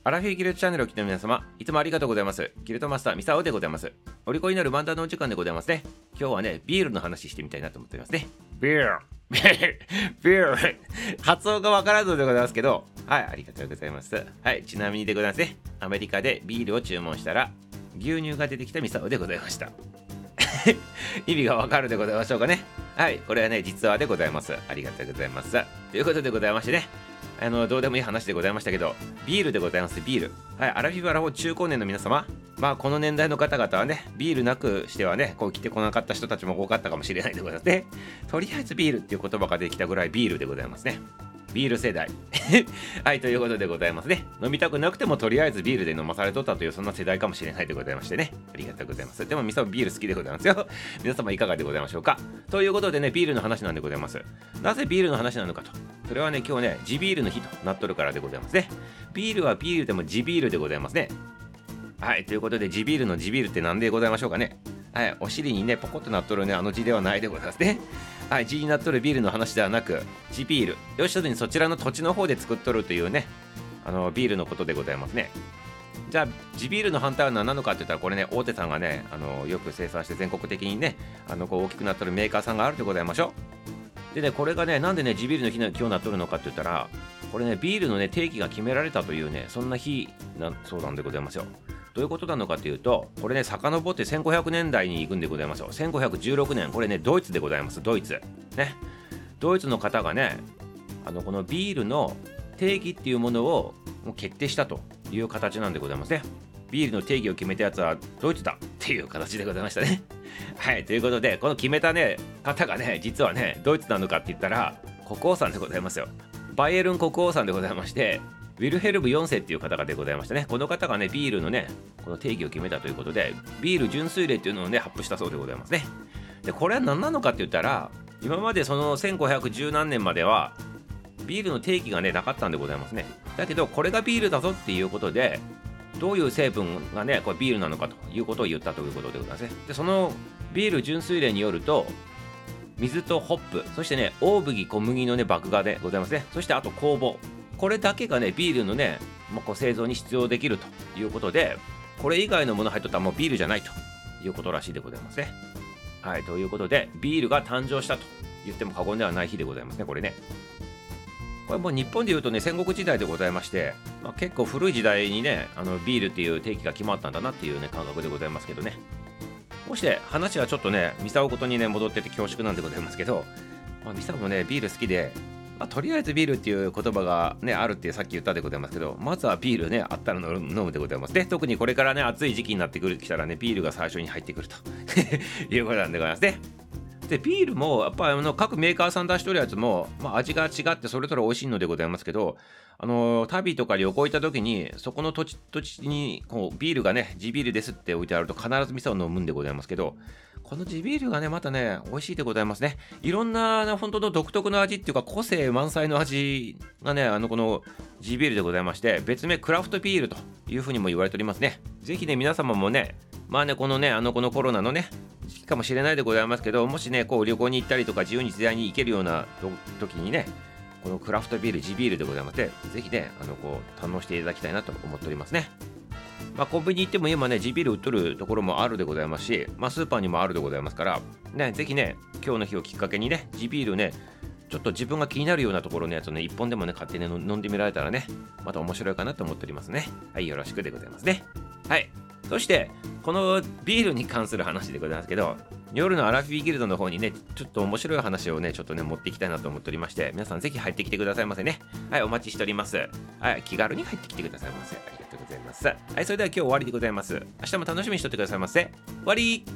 アラフィーギルドチャンネルを聞いての皆様、いつもありがとうございます。ギルドマスターミサオでございます。お利口になる漫談のお時間でございますね。今日はね、ビールの話してみたいなと思っておりますね。ビールビール発音がわからずでございますけど、はい、ありがとうございます。はい、ちなみにでございますね。アメリカでビールを注文したら、牛乳が出てきたミサオでございました。意味がわかるでございましょうかね。はい、これはね、実話でございます。ありがとうございます。ということでございましてね。どうでもいい話でございましたけど、ビールでございます。ビール。はい、アラフィフアラフォー中高年の皆様、まあこの年代の方々はね、ビールなくしてはね、こう来てこなかった人たちも多かったかもしれないでございますね。とりあえずビールっていう言葉ができたぐらいビールでございますね。ビール世代。はい、ということでございますね。飲みたくなくてもとりあえずビールで飲まされとったというそんな世代かもしれないでございましてね。ありがとうございます。でもミサビール好きでございますよ。皆様いかがでございましょうか。ということでね、ビールの話なんでございます。なぜビールの話なのかと。それはね、今日ね、地ビールの日となっとるからでございますね。ビールはビールでも地ビールでございますね。はい、ということで地ビールの地ビールって何でございましょうかね。はい、お尻にね、ポコッとなっとるね、あの字ではないでございますね。はい、字になっとるビールの話ではなく、地ビール。要するにそちらの土地の方で作っとるというね、ビールのことでございますね。じゃあ、地ビールの反対は何なのかって言ったら、これね、大手さんがね、よく生産して全国的にね、こう大きくなっとるメーカーさんがあるでございましょう。でね、これがね、なんでね、地ビールの日の今日なっとるのかって言ったら、これね、ビールのね、定義が決められたというね、そんな日そうなんでございますよ。どういうことなのかというと、これね、遡って1500年代に行くんでございますよ。1516年、これね、ドイツでございます。ドイツ。ね。ドイツの方がね、このビールの定義っていうものを決定したという形なんでございますね。ビールの定義を決めたやつはドイツだっていう形でございましたね。はい、ということで、この決めたね、方がね、実はね、ドイツなのかって言ったら、国王さんでございますよ。バイエルン国王さんでございまして、ウィルヘルム4世っていう方がでございましたね。この方がね、ビールのね、この定義を決めたということで、ビール純粋令っていうのをね、発布したそうでございますね。で、これは何なのかって言ったら、今までその1510何年までは、ビールの定義がね、なかったんでございますね。だけど、これがビールだぞっていうことで、どういう成分がね、これビールなのかということを言ったということでございますね。で、そのビール純粋令によると、水とホップ、そしてね、大麦、小麦のね、麦芽でございますね。そしてあと酵母。これだけがね、ビールのね、こう製造に必要できるということで、これ以外のもの入っとったらもうビールじゃないということらしいでございますね。はい、ということで、ビールが誕生したと言っても過言ではない日でございますね、これね。これもう日本でいうとね、戦国時代でございまして、結構古い時代にね、ビールっていう定義が決まったんだなっていうね、感覚でございますけどね。こうして話はちょっとね、ミサオことにね、戻ってて恐縮なんでございますけど、ミサオもね、ビール好きで、とりあえずビールっていう言葉がね、あるってさっき言ったでございますけど、まずはビールね、あったら飲むでございます。で、特にこれからね、暑い時期になってきたらね、ビールが最初に入ってくるということなんでございますね。で、ビールもやっぱり各メーカーさん出してるやつも、味が違ってそれぞれ美味しいのでございますけど、旅とか旅行行った時にそこの土地にこうビールがね、地ビールですって置いてあると必ず店を飲むんでございますけど、この地ビールがね、またね、美味しいでございますね。いろんな本当の独特の味っていうか、個性満載の味がね、この地ビールでございまして、別名クラフトビールというふうにも言われておりますね。ぜひね、皆様もね、このね、このコロナのね、時期かもしれないでございますけど、もしね、こう旅行に行ったりとか自由に自在に行けるような時にね、このクラフトビール、地ビールでございまして、ぜひね、こう堪能していただきたいなと思っておりますね。コンビニ行っても今ね、地ビール売っとるところもあるでございますし、スーパーにもあるでございますから、ね、ぜひね、今日の日をきっかけにね、地ビールね、ちょっと自分が気になるようなところのやつをね、一本でもね、買ってね、飲んでみられたらね、また面白いかなと思っておりますね。はい、よろしくでございますね。はい。そして、このビールに関する話でございますけど、夜のアラフィーギルドの方にね、ちょっと面白い話をね、ちょっとね、持っていきたいなと思っておりまして、皆さんぜひ入ってきてくださいませね。はい、お待ちしております。はい、気軽に入ってきてくださいませ。ありがとうございます。はい、それでは今日終わりでございます。明日も楽しみにしておいてくださいませ。終わり。